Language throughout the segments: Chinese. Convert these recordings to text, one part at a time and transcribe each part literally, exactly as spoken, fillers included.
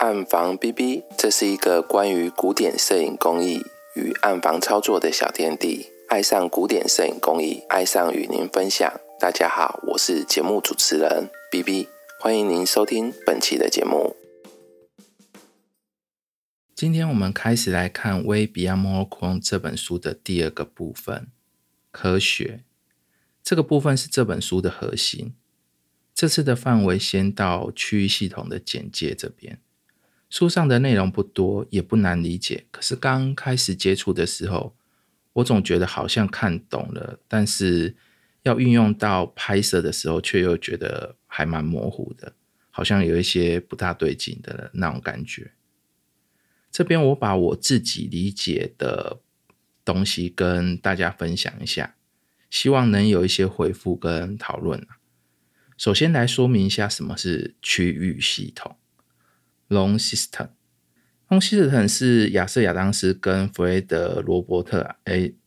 暗房 B B， 这是一个关于古典摄影工艺与暗房操作的小天地。爱上古典摄影工艺，爱上与您分享。大家好，我是节目主持人 B B， 欢迎您收听本期的节目。今天我们开始来看《Way Beyond Monochrome》这本书的第二个部分，科学。这个部分是这本书的核心。这次的范围先到区域系统的简介这边。书上的内容不多，也不难理解，可是刚开始接触的时候，我总觉得好像看懂了，但是要运用到拍摄的时候，却又觉得还蛮模糊的，好像有一些不大对劲的那种感觉。这边我把我自己理解的东西跟大家分享一下，希望能有一些回复跟讨论啊。首先来说明一下什么是区域系统 Long System。 Long System 是亚瑟亚当斯跟弗雷德罗伯特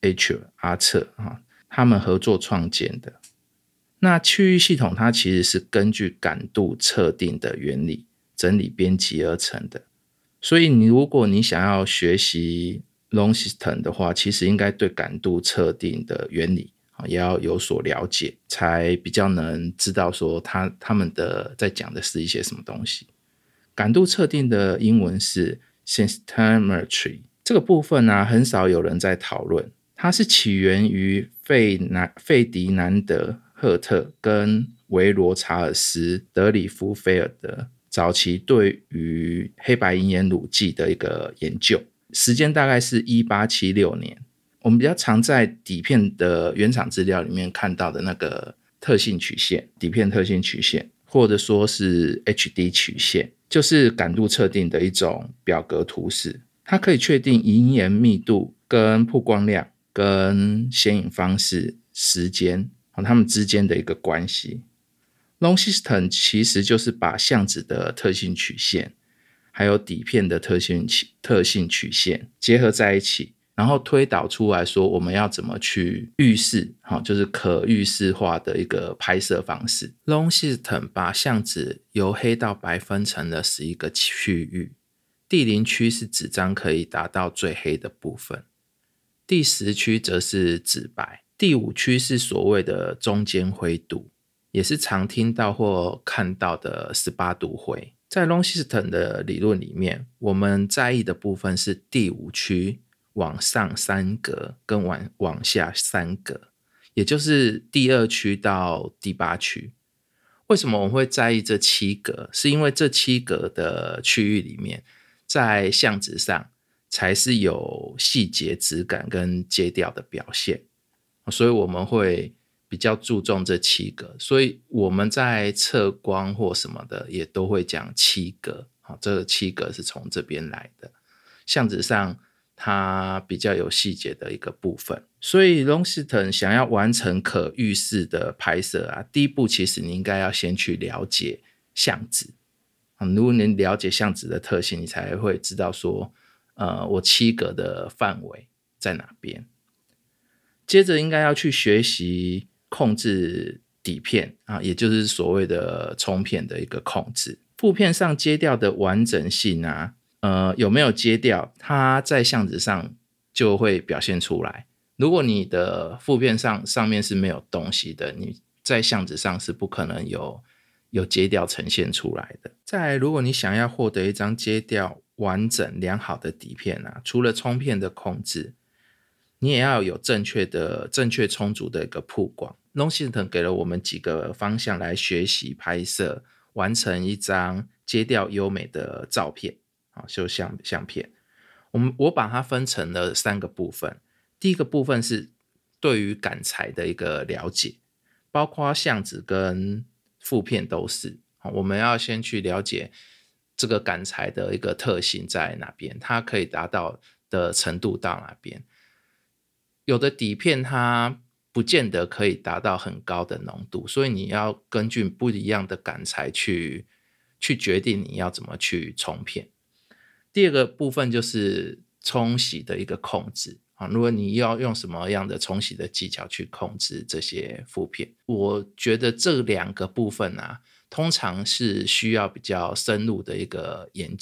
H 阿彻他们合作创建的。那区域系统它其实是根据感度测定的原理整理编辑而成的，所以你如果你想要学习 Long System 的话，其实应该对感度测定的原理也要有所了解，才比较能知道说 他, 他们的在讲的是一些什么东西。感度测定的英文是 Symptometry， 这个部分啊很少有人在讨论，它是起源于费, 费迪南德赫特跟维罗查尔斯德里夫菲尔德早期对于黑白银盐乳剂的一个研究，时间大概是一八七六年。我们比较常在底片的原厂资料里面看到的那个特性曲线，底片特性曲线，或者说是 H D 曲线，就是感度测定的一种表格图示。它可以确定银盐密度跟曝光量跟显影方式时间它们之间的一个关系。 Long System 其实就是把相纸的特性曲线还有底片的特性特性曲线结合在一起，然后推导出来说我们要怎么去预示，就是可预示化的一个拍摄方式。 Long System 把相纸由黑到白分成了十一个区域，第零区是纸张可以达到最黑的部分，第十区则是纸白，第五区是所谓的中间灰度，也是常听到或看到的十八度灰。在 Long System 的理论里面，我们在意的部分是第五区往上三格跟 往, 往下三格，也就是第二区到第八区。为什么我们会在意这七格？是因为这七格的区域里面，在相纸上才是有细节质感跟阶调的表现，所以我们会比较注重这七格，所以我们在测光或什么的也都会讲七格，这七格是从这边来的，相纸上它比较有细节的一个部分。所以 Long System 想要完成可预示的拍摄啊，第一步其实你应该要先去了解相纸。如果你了解相纸的特性，你才会知道说呃，我七格的范围在哪边。接着应该要去学习控制底片啊，也就是所谓的冲片的一个控制。负片上接调的完整性啊，呃，有没有接调，它在相纸上就会表现出来。如果你的负片上上面是没有东西的，你在相纸上是不可能有有接调呈现出来的。再来，如果你想要获得一张接调完整良好的底片啊，除了冲片的控制，你也要有正确的正确充足的一个曝光。 Long System 给了我们几个方向来学习拍摄，完成一张接调优美的照片，就像相片。我们我把它分成了三个部分。第一个部分是对于感材的一个了解，包括相纸跟负片都是，我们要先去了解这个感材的一个特性在哪边，它可以达到的程度到哪边。有的底片它不见得可以达到很高的浓度，所以你要根据不一样的感材去去决定你要怎么去冲片。第二个部分就是冲洗的一个控制，如果你要用什么样的冲洗的技巧去控制这些负片，我觉得这两个部分啊，通常是需要比较深入的一个研究，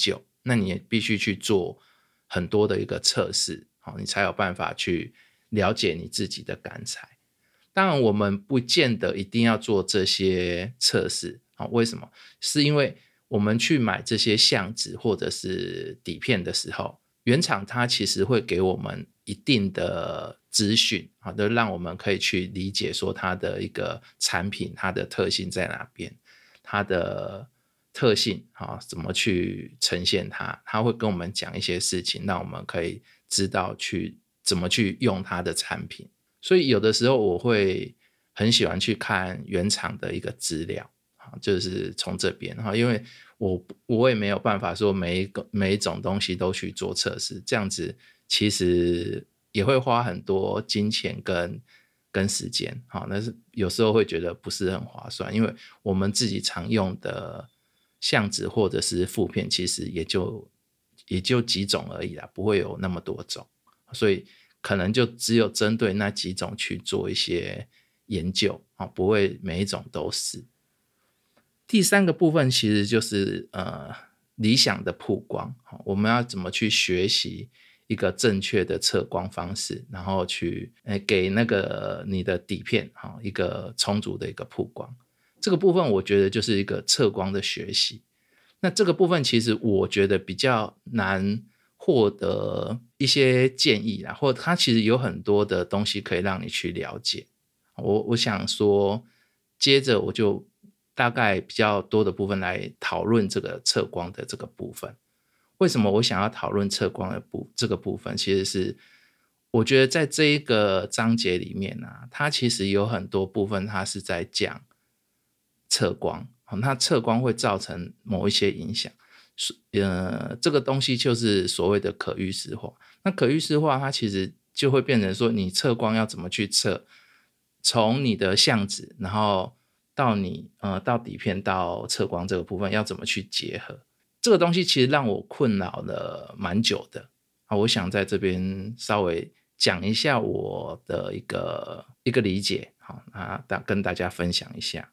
那你也必须去做很多的一个测试，你才有办法去了解你自己的感材。当然我们不见得一定要做这些测试，为什么？是因为我们去买这些相纸或者是底片的时候，原厂它其实会给我们一定的资讯，就让我们可以去理解说它的一个产品它的特性在哪边，它的特性怎么去呈现它，它会跟我们讲一些事情，让我们可以知道去怎么去用它的产品。所以有的时候我会很喜欢去看原厂的一个资料，就是从这边，因为我我也没有办法说每一个每一种东西都去做测试，这样子其实也会花很多金钱跟跟时间，但是有时候会觉得不是很划算，因为我们自己常用的相纸或者是负片其实也就也就几种而已啦，不会有那么多种，所以可能就只有针对那几种去做一些研究，不会每一种都是。第三个部分其实就是呃理想的曝光，我们要怎么去学习一个正确的测光方式，然后去给那个你的底片一个充足的一个曝光。这个部分我觉得就是一个测光的学习。那这个部分其实我觉得比较难获得一些建议啦，或者它其实有很多的东西可以让你去了解。我我想说接着我就大概比较多的部分来讨论这个测光的这个部分。为什么我想要讨论测光的部这个部分，其实是我觉得在这一个章节里面啊，它其实有很多部分它是在讲测光，它测光会造成某一些影响，呃，这个东西就是所谓的可预视化。那可预视化它其实就会变成说你测光要怎么去测，从你的相纸然后到你呃到底片到测光这个部分要怎么去结合，这个东西其实让我困扰了蛮久的。好，我想在这边稍微讲一下我的一个一个理解，好，那跟大家分享一下。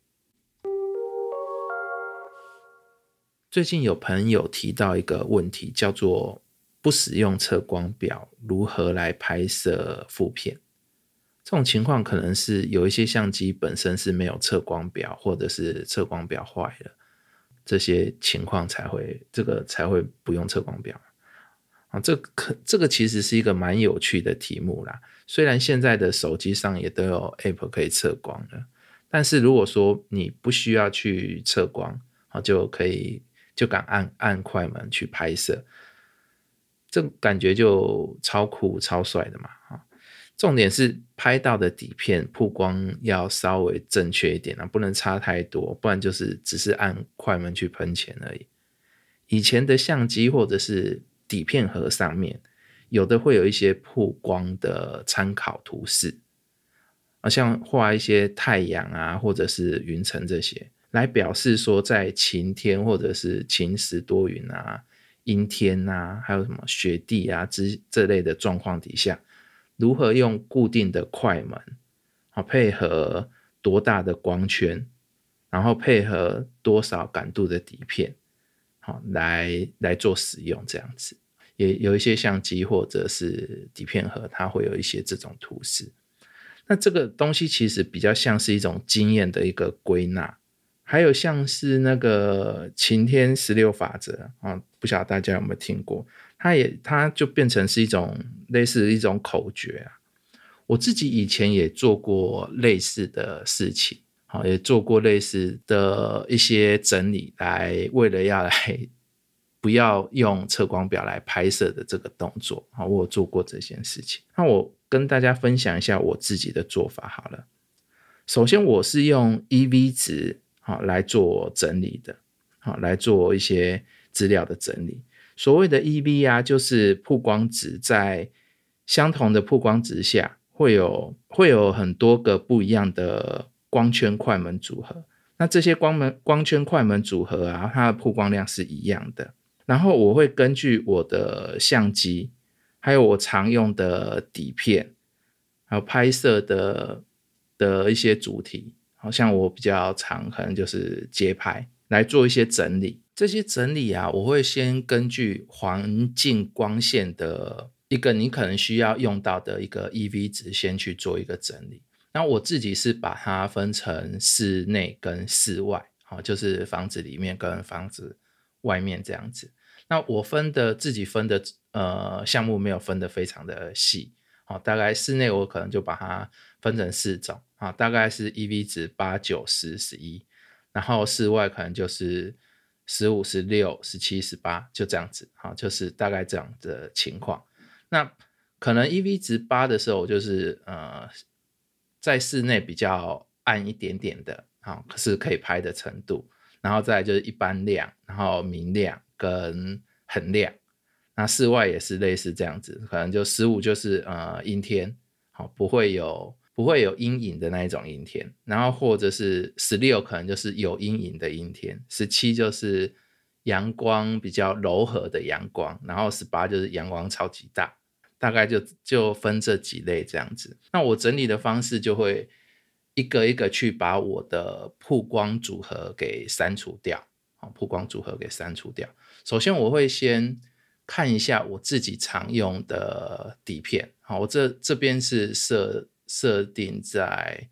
最近有朋友提到一个问题，叫做不使用测光表如何来拍摄负片。这种情况可能是有一些相机本身是没有测光表，或者是测光表坏了，这些情况才会这个才会不用测光表。啊，这个这个其实是一个蛮有趣的题目啦。虽然现在的手机上也都有 App 可以测光了，但是如果说你不需要去测光，就可以就敢按按快门去拍摄，这感觉就超酷超帅的嘛。重点是拍到的底片曝光要稍微正确一点啊，不能差太多，不然就是只是按快门去喷钱而已。以前的相机或者是底片盒上面有的会有一些曝光的参考图示，像画一些太阳啊或者是云层这些，来表示说在晴天或者是晴时多云啊、阴天啊，还有什么雪地啊之这类的状况底下，如何用固定的快门配合多大的光圈，然后配合多少感度的底片来来做使用，这样子。也有一些相机或者是底片盒它会有一些这种图示。那这个东西其实比较像是一种经验的一个归纳，还有像是那个晴天十六法则、啊、不晓得大家有没有听过，它也它就变成是一种类似一种口诀啊。我自己以前也做过类似的事情，也做过类似的一些整理，来为了要来不要用测光表来拍摄的这个动作，我有做过这件事情。那我跟大家分享一下我自己的做法好了。首先我是用 E V 值来做整理的，来做一些资料的整理。所谓的 E V 啊，就是曝光值在相同的曝光值下会有会有很多个不一样的光圈快门组合，那这些光门光圈快门组合啊，它的曝光量是一样的。然后我会根据我的相机，还有我常用的底片，还有拍摄的的一些主题，好像我比较常可能就是街拍， 来做一些整理。这些整理啊，我会先根据环境光线的一个你可能需要用到的一个 E V 值先去做一个整理。那我自己是把它分成室内跟室外，就是房子里面跟房子外面这样子。那我分的自己分的呃项目没有分的非常的细，大概室内我可能就把它分成四种，大概是 E V 值八、九、十、十一，然后室外可能就是十五、十六、十七、十八，就这样子，就是大概这样的情况。那可能 E V 值八的时候，我就是呃在室内比较暗一点点的，可是可以拍的程度，然后再来就是一般亮，然后明亮跟很亮。那室外也是类似这样子，可能就十五就是呃阴天，好，不会有不会有阴影的那一种阴天，然后或者是十六可能就是有阴影的阴天，十七就是阳光比较柔和的阳光，然后十八就是阳光超级大，大概就就分这几类这样子。那我整理的方式就会一个一个去把我的曝光组合给删除掉，曝光组合给删除掉。首先我会先看一下我自己常用的底片，好，我这这边是设设定在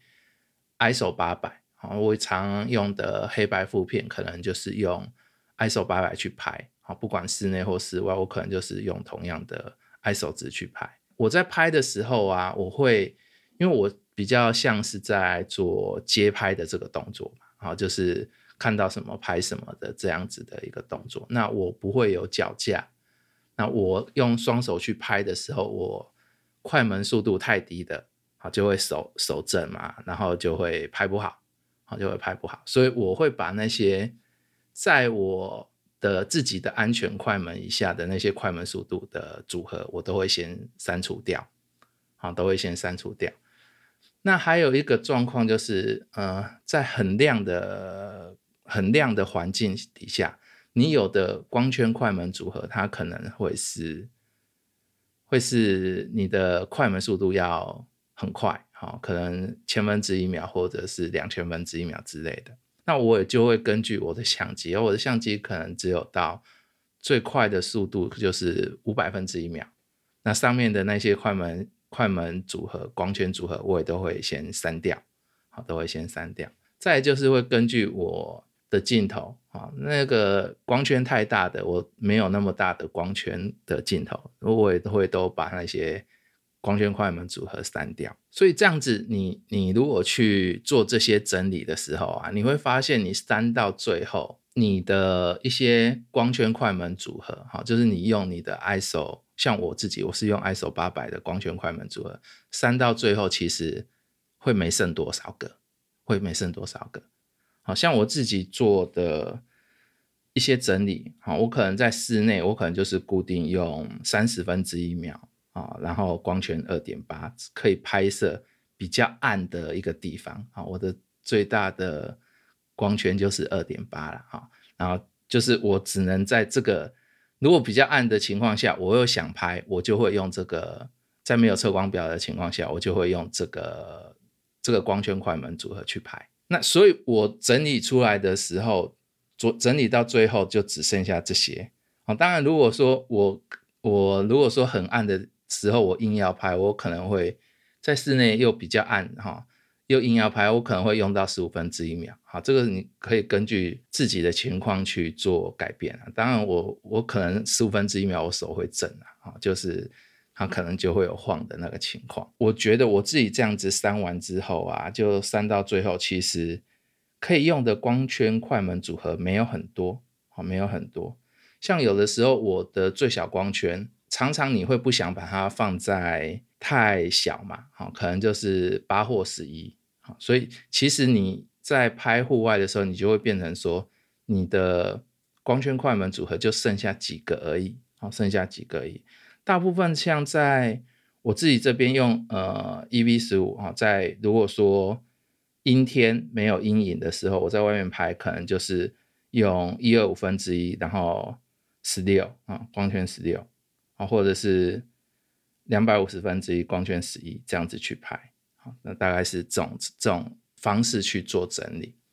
I S O 八百，好，我常用的黑白负片可能就是用 I S O 八百去拍，好，不管室内或室外，我可能就是用同样的 I S O 值去拍。我在拍的时候啊，我会因为我比较像是在做街拍的这个动作嘛，好，就是看到什么拍什么的这样子的一个动作，那我不会有脚架。那我用双手去拍的时候，我快门速度太低的，就会手手震嘛，然后就会拍不好，就会拍不好。所以我会把那些在我的自己的安全快门以下的那些快门速度的组合，我都会先删除掉，都会先删除掉。那还有一个状况就是，呃，在很亮的很亮的环境底下，你有的光圈快门组合，它可能会是会是你的快门速度要很快，哦，可能千分之一秒或者是两千分之一秒之类的。那我也就会根据我的相机，我的相机可能只有到最快的速度就是五百分之一秒，那上面的那些快门快门组合、光圈组合，我也都会先删掉，好，都会先删掉。再来就是会根据我的镜头，那个光圈太大的，我没有那么大的光圈的镜头，我也会都把那些光圈快门组合删掉。所以这样子你，你如果去做这些整理的时候啊，你会发现你删到最后，你的一些光圈快门组合，就是你用你的 I S O， 像我自己我是用 I S O 八百的光圈快门组合，删到最后其实会没剩多少个，会没剩多少个。好像我自己做的一些整理，我可能在室内我可能就是固定用三十分之一秒，然后光圈 二点八 可以拍摄比较暗的一个地方，我的最大的光圈就是 二点八 了，然后就是我只能在这个如果比较暗的情况下，我又想拍，我就会用这个，在没有测光表的情况下，我就会用这个这个光圈快门组合去拍。那所以我整理出来的时候，整理到最后就只剩下这些。当然如果说我我如果说很暗的时候我硬要拍，我可能会在室内又比较暗，又硬要拍，我可能会用到十五分之一秒。好，这个你可以根据自己的情况去做改变。当然我我可能十五分之一秒我手会震，就是它可能就会有晃的那个情况。我觉得我自己这样子删完之后啊，就删到最后，其实可以用的光圈快门组合没有很多，没有很多。像有的时候我的最小光圈，常常你会不想把它放在太小嘛，可能就是八或十一，所以其实你在拍户外的时候，你就会变成说你的光圈快门组合就剩下几个而已，剩下几个而已。大部分像在我自己这边用呃 E V 十五，在如果说阴天没有阴影的时候，我在外面拍可能就是用一二五分之一，然后十六，光圈十六，或者是两百五十分之一光圈十一，这样子去拍。那大概是这种这种方式去做整理。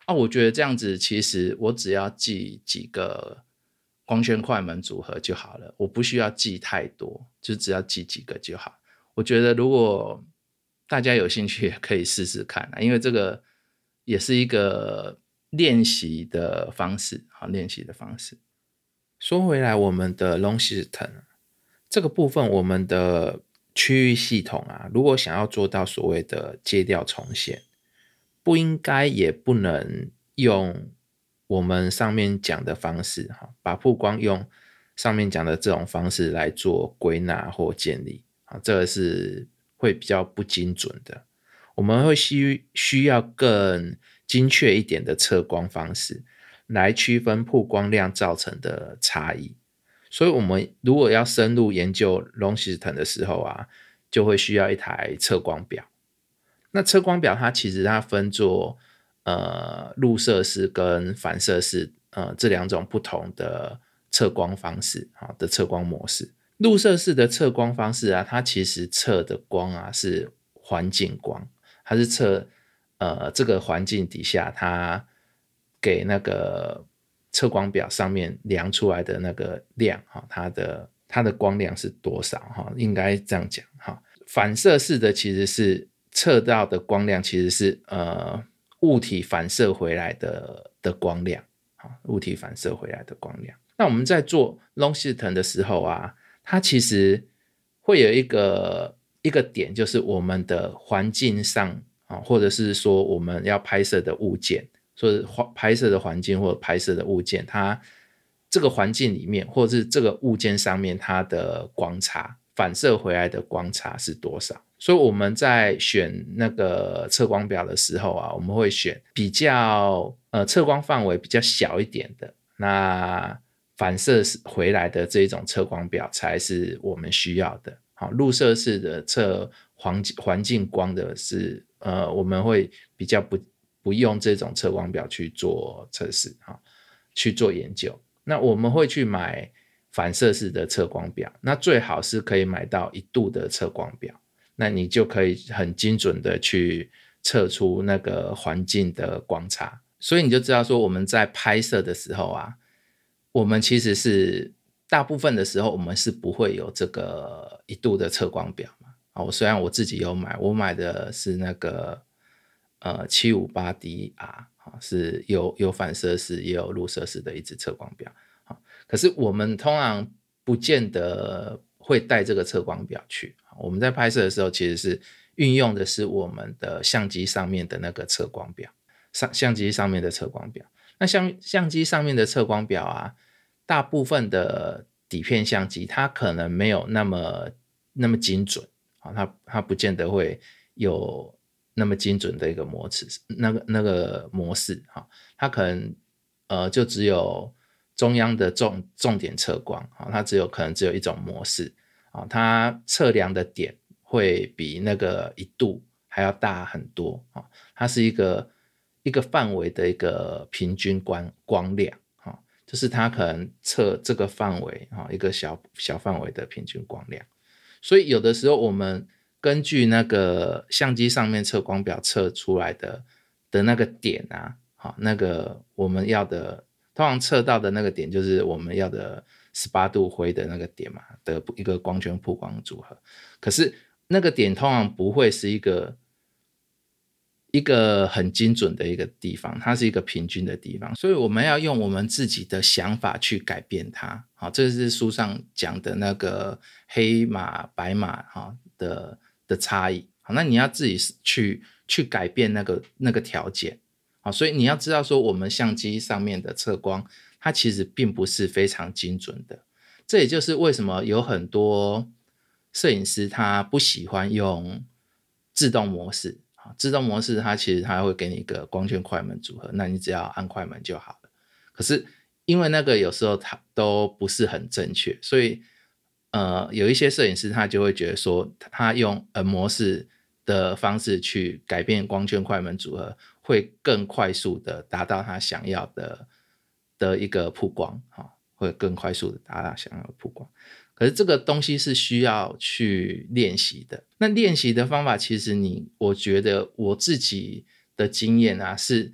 啊，我觉得这样子其实我只要记几个光圈快门组合就好了，我不需要记太多，就只要记几个就好。我觉得如果大家有兴趣也可以试试看啊，因为这个也是一个练习的方式，好，练习的方式。说回来，我们的 long system 这个部分，我们的区域系统啊，如果想要做到所谓的戒掉重现，不应该也不能用我们上面讲的方式，把曝光用上面讲的这种方式来做归纳或建立，这个是会比较不精准的。我们会需需要更精确一点的测光方式来区分曝光量造成的差异。所以我们如果要深入研究 long system 的时候啊，就会需要一台测光表。那测光表它其实它分作呃入射式跟反射式呃这两种不同的测光方式的测光模式。入射式的测光方式啊，它其实测的光啊是环境光，它是测呃这个环境底下它给那个测光表上面量出来的那个量，它的它的光量是多少，应该这样讲。反射式的其实是测到的光量其实是呃物体反射回来的的光量，物体反射回来的光量。那我们在做 long system 的时候啊，它其实会有一个一个点，就是我们的环境上，或者是说我们要拍摄的物件，所以拍摄的环境或者拍摄的物件，它这个环境里面或者是这个物件上面它的光差反射回来的光差是多少。所以我们在选那个测光表的时候啊，我们会选比较呃测光范围比较小一点的，那反射回来的这种测光表才是我们需要的。好，入射式的测环境光的是呃我们会比较不不用这种测光表去做测试，去做研究。那我们会去买反射式的测光表，那最好是可以买到一度的测光表，那你就可以很精准的去测出那个环境的光差。所以你就知道说我们在拍摄的时候啊，我们其实是大部分的时候我们是不会有这个一度的测光表嘛。我虽然我自己有买，我买的是那个呃 七五八 D R， 是有有反射式也有入射式的一支测光表。可是我们通常不见得会带这个测光表去，我们在拍摄的时候其实是运用的是我们的相机上面的那个测光表，相机上面的测光表。那相相机上面的测光表啊，大部分的底片相机它可能没有那么那么精准，它它不见得会有那么精准的一个模式，那个那个模式，它可能呃就只有中央的重重点测光，它只有可能只有一种模式，它测量的点会比那个一度还要大很多，它是一个一个范围的一个平均光光量，就是它可能测这个范围一个小小范围的平均光量。所以有的时候我们根据那个相机上面测光表测出来的的那个点啊，那个我们要的通常测到的那个点就是我们要的十八度灰的那个点嘛的一个光圈曝光组合。可是那个点通常不会是一个一个很精准的一个地方，它是一个平均的地方，所以我们要用我们自己的想法去改变它。好，这是书上讲的那个黑马白马的的差异。好，那你要自己去去改变那个那个条件。好，所以你要知道说我们相机上面的测光它其实并不是非常精准的。这也就是为什么有很多摄影师他不喜欢用自动模式。自动模式它其实它会给你一个光圈快门组合，那你只要按快门就好了。可是因为那个有时候它都不是很正确，所以呃有一些摄影师他就会觉得说他用 N 模式的方式去改变光圈快门组合会更快速的达到他想要的的一个曝光，会更快速的达到想要的曝光。可是这个东西是需要去练习的。那练习的方法其实你我觉得我自己的经验啊，是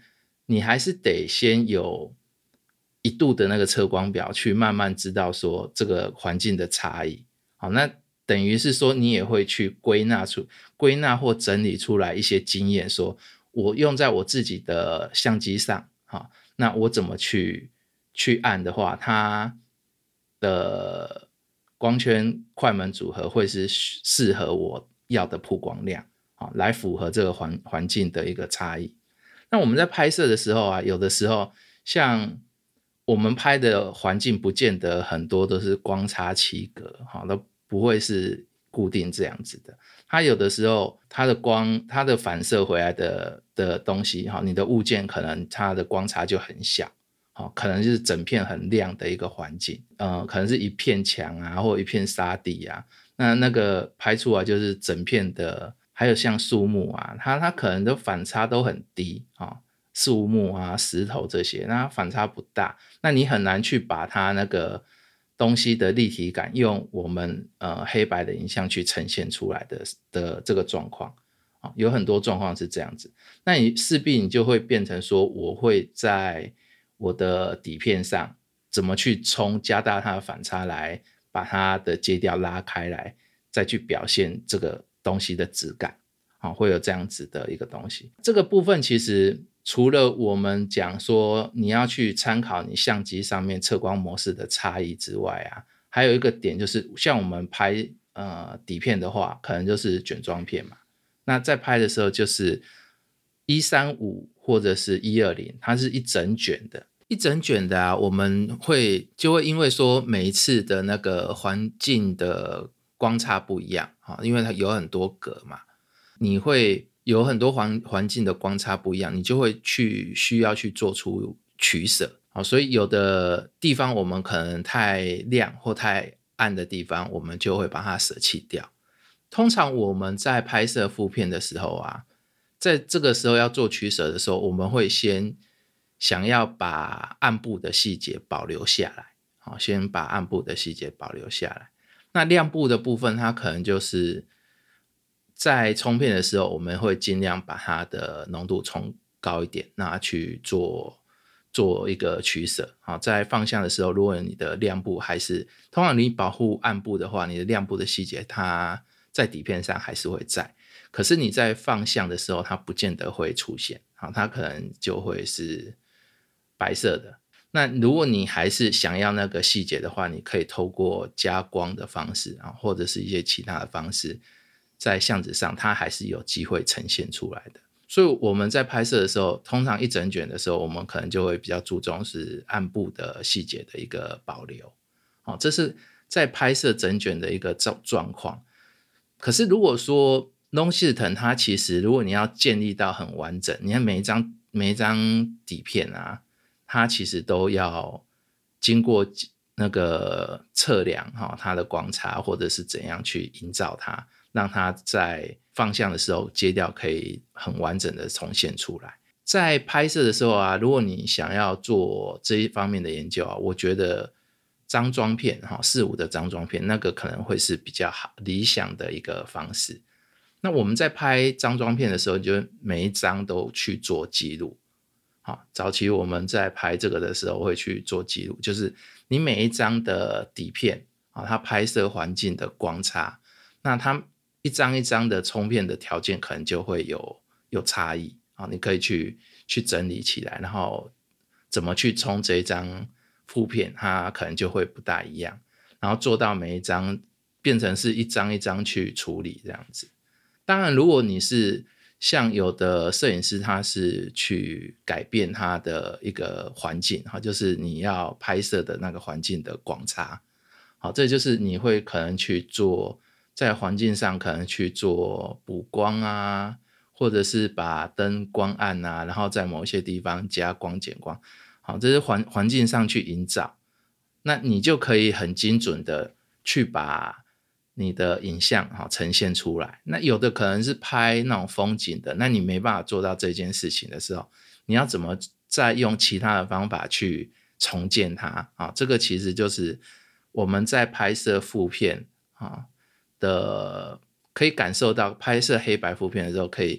你还是得先有一度的那个测光表去慢慢知道说这个环境的差异。好，那等于是说你也会去归纳出归纳或整理出来一些经验，说我用在我自己的相机上，好，那我怎么去去按的话，它的光圈快门组合会是适合我要的曝光量，好，来符合这个环环境的一个差异。那我们在拍摄的时候啊，有的时候像我们拍的环境不见得很多都是光差七格，都不会是固定这样子的。它有的时候它的光它的反射回来的的东西，你的物件可能它的光差就很小，可能就是整片很亮的一个环境，呃，可能是一片墙啊或一片沙地啊，那那个拍出来就是整片的，还有像树木啊，它它可能的反差都很低，哦，树木啊石头这些，那它反差不大，那你很难去把它那个东西的立体感用我们呃黑白的影像去呈现出来的的这个状况，哦，有很多状况是这样子，那你势必你就会变成说，我会在我的底片上怎么去冲加大它的反差，来把它的阶调拉开来，再去表现这个东西的质感，哦，会有这样子的一个东西。这个部分其实除了我们讲说你要去参考你相机上面测光模式的差异之外啊，还有一个点就是像我们拍呃底片的话，可能就是卷装片嘛，那在拍的时候就是一三五或者是一二零，它是一整卷的。一整卷的啊，我们会就会因为说每一次的那个环境的光差不一样，因为它有很多格嘛，你会有很多环环境的光差不一样，你就会去需要去做出取舍，所以有的地方我们可能太亮或太暗的地方，我们就会把它舍弃掉。通常我们在拍摄副片的时候啊，在这个时候要做取舍的时候，我们会先想要把暗部的细节保留下来，好，先把暗部的细节保留下来。那亮部的部分，它可能就是在冲片的时候，我们会尽量把它的浓度冲高一点，那去做做一个取舍。好，在放相的时候，如果你的亮部还是通常你保护暗部的话，你的亮部的细节它在底片上还是会在，可是你在放相的时候，它不见得会出现，好，它可能就会是白色的。那如果你还是想要那个细节的话，你可以透过加光的方式，或者是一些其他的方式，在相纸上它还是有机会呈现出来的。所以我们在拍摄的时候，通常一整卷的时候，我们可能就会比较注重是暗部的细节的一个保留，哦，这是在拍摄整卷的一个状况。可是如果说 long shot 它其实如果你要建立到很完整，你看每一张每一张底片啊，它其实都要经过那个测量，哦，它的光差或者是怎样去营造它，让它在放相的时候阶调可以很完整的重现出来。在拍摄的时候啊，如果你想要做这一方面的研究啊，我觉得张装片四五的张装片那个可能会是比较好理想的一个方式。那我们在拍张装片的时候，就每一张都去做记录。好，早期我们在拍这个的时候会去做记录，就是你每一张的底片，它拍摄环境的光差，那它一张一张的冲片的条件可能就会有有差异，你可以去去整理起来，然后怎么去冲这一张副片，它可能就会不大一样，然后做到每一张变成是一张一张去处理这样子。当然如果你是像有的摄影师他是去改变他的一个环境，就是你要拍摄的那个环境的光差，好，这就是你会可能去做在环境上可能去做补光啊，或者是把灯光暗啊，然后在某些地方加光减光，好，这是 环, 环境上去营造，那你就可以很精准的去把你的影像呈现出来。那有的可能是拍那种风景的，那你没办法做到这件事情的时候，你要怎么再用其他的方法去重建它，这个其实就是我们在拍摄副片的可以感受到，拍摄黑白副片的时候可以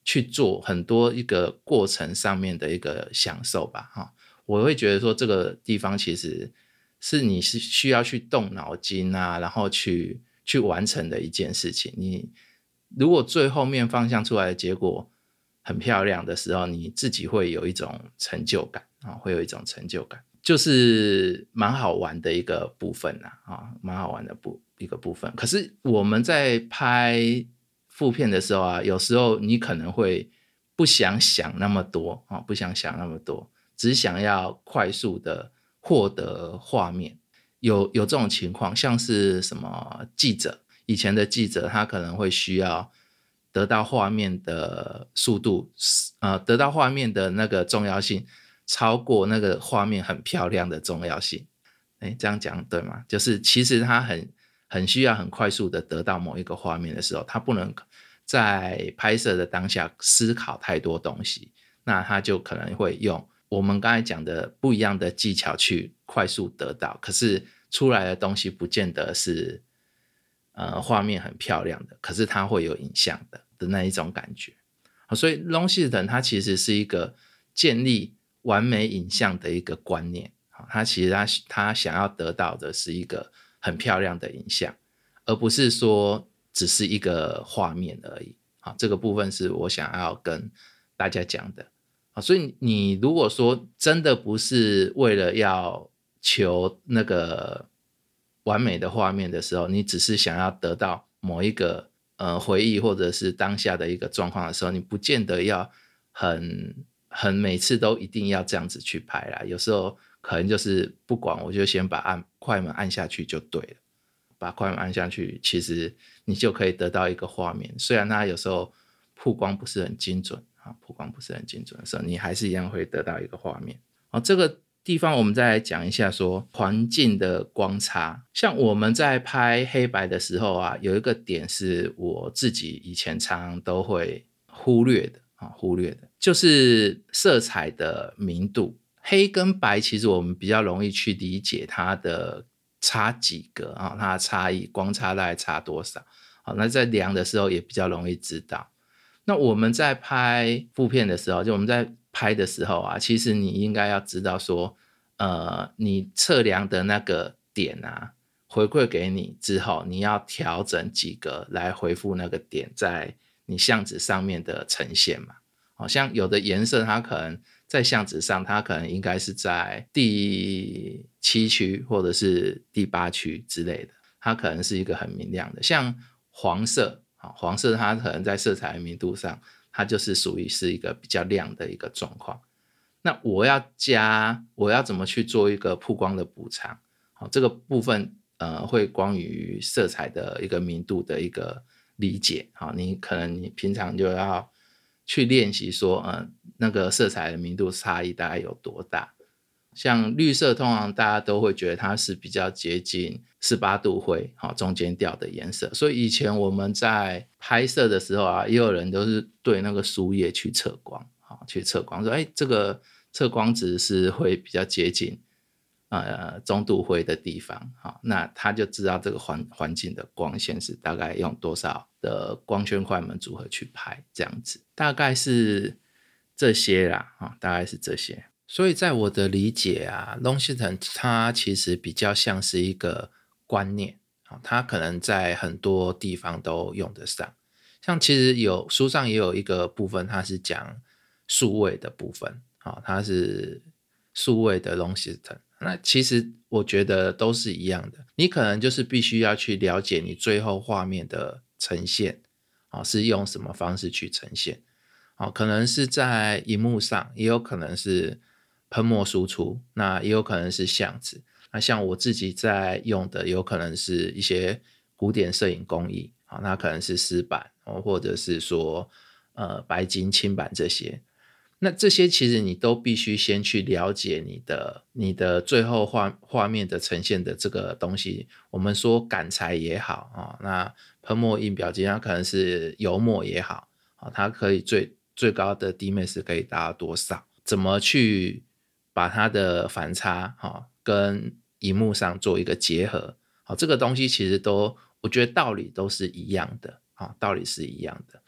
去做很多一个过程上面的一个享受吧。哈，我会觉得说这个地方其实是你是需要去动脑筋啊，然后去去完成的一件事情。你如果最后面方向出来的结果很漂亮的时候，你自己会有一种成就感啊，会有一种成就感，就是蛮好玩的一个部分啦，啊，蛮好玩的部一个部分。可是我们在拍副片的时候啊，有时候你可能会不想想那么多啊，不想想那么多，只想要快速的获得画面。有有这种情况，像是什么记者，以前的记者他可能会需要得到画面的速度，呃，得到画面的那个重要性超过那个画面很漂亮的重要性。诶，这样讲对吗？就是其实他很很需要很快速的得到某一个画面的时候，他不能在拍摄的当下思考太多东西，那他就可能会用我们刚才讲的不一样的技巧去快速得到，可是出来的东西不见得是呃画面很漂亮的，可是它会有影像的的那一种感觉。所以 Long System 它其实是一个建立完美影像的一个观念，它其实 它, 它想要得到的是一个很漂亮的影像，而不是说只是一个画面而已。好，这个部分是我想要跟大家讲的。所以你如果说真的不是为了要求那个完美的画面的时候，你只是想要得到某一个呃回忆或者是当下的一个状况的时候，你不见得要很很每次都一定要这样子去拍啦。有时候可能就是不管，我就先把按快门按下去就对了，把快门按下去，其实你就可以得到一个画面。虽然它有时候曝光不是很精准啊，曝光不是很精准的时候，你还是一样会得到一个画面。好，这个地方我们再来讲一下说环境的光差。像我们在拍黑白的时候啊，有一个点是我自己以前常常都会忽略的啊，忽略的就是色彩的明度。黑跟白其实我们比较容易去理解它的差几个啊，它的差异光差大概差多少。好，那在量的时候也比较容易知道。那我们在拍副片的时候，就我们在拍的时候啊，其实你应该要知道说，呃，你测量的那个点啊，回馈给你之后，你要调整几个来回复那个点在你相纸上面的呈现嘛。好像有的颜色它可能在相纸上，它可能应该是在第七区或者是第八区之类的，它可能是一个很明亮的，像黄色。黄色它可能在色彩的明度上，它就是属于是一个比较亮的一个状况。那我要加，我要怎么去做一个曝光的补偿？好，这个部分呃会关于色彩的一个明度的一个理解。好，你可能你平常就要去练习说，呃，那个色彩的明度差异大概有多大。像绿色通常大家都会觉得它是比较接近十八度灰中间调的颜色，所以以前我们在拍摄的时候啊，也有人都是对那个书页去测光，去测光说，哎，这个测光值是会比较接近呃中度灰的地方，那他就知道这个环环境的光线是大概用多少的光圈快门组合去拍，这样子大概是这些啦，大概是这些。所以在我的理解啊 Long System 它其实比较像是一个观念，它可能在很多地方都用得上。像其实有书上也有一个部分，它是讲数位的部分，它是数位的 Long System。那其实我觉得都是一样的，你可能就是必须要去了解你最后画面的呈现是用什么方式去呈现，可能是在萤幕上，也有可能是喷墨输出，那也有可能是相纸。那像我自己在用的有可能是一些古典摄影工艺，那可能是湿版或者是说呃白金轻版这些。那这些其实你都必须先去了解你的你的最后 画, 画面的呈现的这个东西。我们说感材也好，那喷墨印表机它可能是油墨也好，它可以最最高的 D M A X 可以达到多少，怎么去把它的反差跟萤幕上做一个结合，这个东西其实都我觉得道理都是一样的，道理是一样的。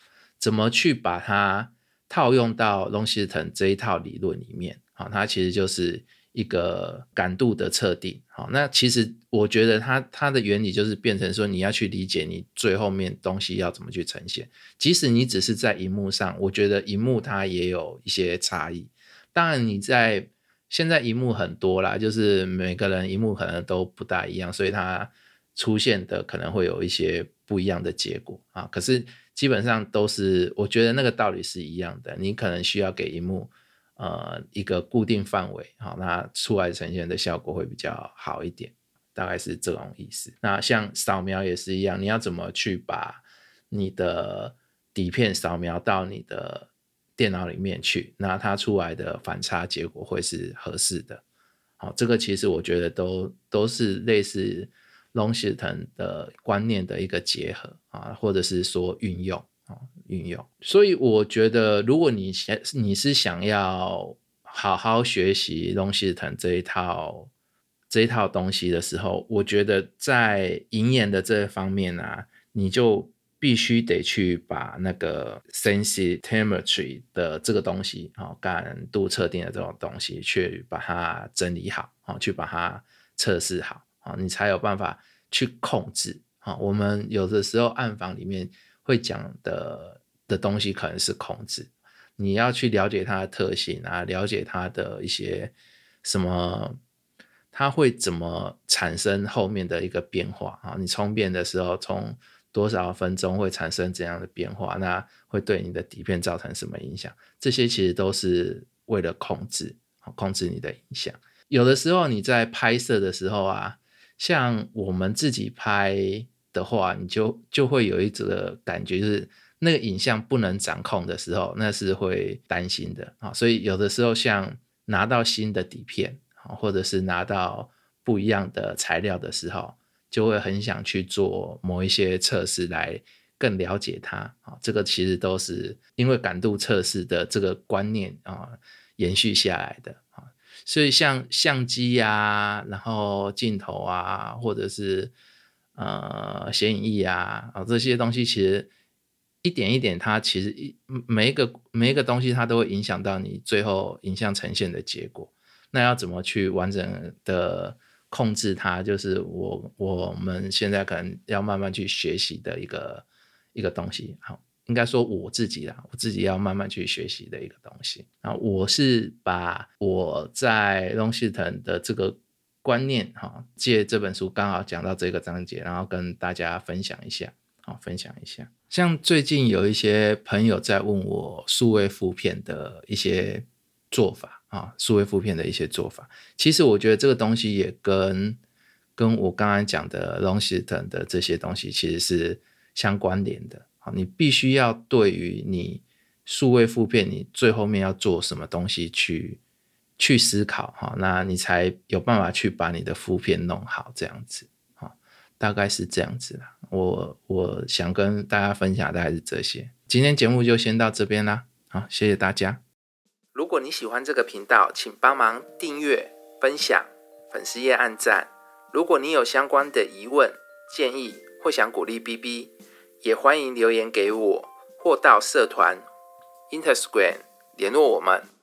怎么去把它套用到 Long-Shorten 这一套理论里面，好，它其实就是一个感度的测定。好，那其实我觉得它它的原理就是变成说你要去理解你最后面东西要怎么去呈现，即使你只是在萤幕上，我觉得萤幕它也有一些差异。当然你在现在萤幕很多啦，就是每个人萤幕可能都不大一样，所以它出现的可能会有一些不一样的结果啊。可是基本上都是，我觉得那个道理是一样的，你可能需要给萤幕呃一个固定范围，好，那出来呈现的效果会比较好一点，大概是这种意思。那像扫描也是一样，你要怎么去把你的底片扫描到你的电脑里面去，那它出来的反差结果会是合适的。好，这个其实我觉得都都是类似 Long-Shorten 的观念的一个结合啊，或者是说运用啊，运用。所以我觉得，如果你你是想要好好学习 Long-Shorten 这一套这一套东西的时候，我觉得在引演的这方面啊，你就必须得去把那个 sensitimetry 的这个东西，哦，感度测定的这种东西去把它整理好，哦，去把它测试好，哦，你才有办法去控制，哦，我们有的时候暗访里面会讲的的东西可能是控制，你要去了解它的特性啊，了解它的一些什么，它会怎么产生后面的一个变化啊？你冲变的时候，从多少分钟会产生怎样的变化？那会对你的底片造成什么影响？这些其实都是为了控制，控制你的影响。有的时候你在拍摄的时候啊，像我们自己拍的话，你就就会有一种感觉，就是那个影像不能掌控的时候，那是会担心的啊。所以有的时候像拿到新的底片，或者是拿到不一样的材料的时候，就会很想去做某一些测试来更了解它。这个其实都是因为感度测试的这个观念延续下来的。所以像相机啊，然后镜头啊，或者是呃显影液啊，这些东西其实一点一点，它其实每一个每一个东西它都会影响到你最后影像呈现的结果。那要怎么去完整的控制它，就是我我们现在可能要慢慢去学习的一个一个东西。好，应该说我自己啦，我自己要慢慢去学习的一个东西。然后我是把我在 Long-Shorten 的这个观念，借这本书刚好讲到这个章节，然后跟大家分享一下，好，分享一下。像最近有一些朋友在问我数位复片的一些做法啊，数位复片的一些做法，其实我觉得这个东西也跟跟我刚才讲的 Long-Shorten 的这些东西其实是相关联的。你必须要对于你数位复片你最后面要做什么东西去去思考，那你才有办法去把你的复片弄好，这样子大概是这样子啦。我我想跟大家分享大概是这些。今天节目就先到这边啦，好，谢谢大家。如果你喜欢这个频道，请帮忙订阅、分享、粉丝页按赞。如果你有相关的疑问、建议或想鼓励 B B， 也欢迎留言给我，或到社团 Instagram 联络我们。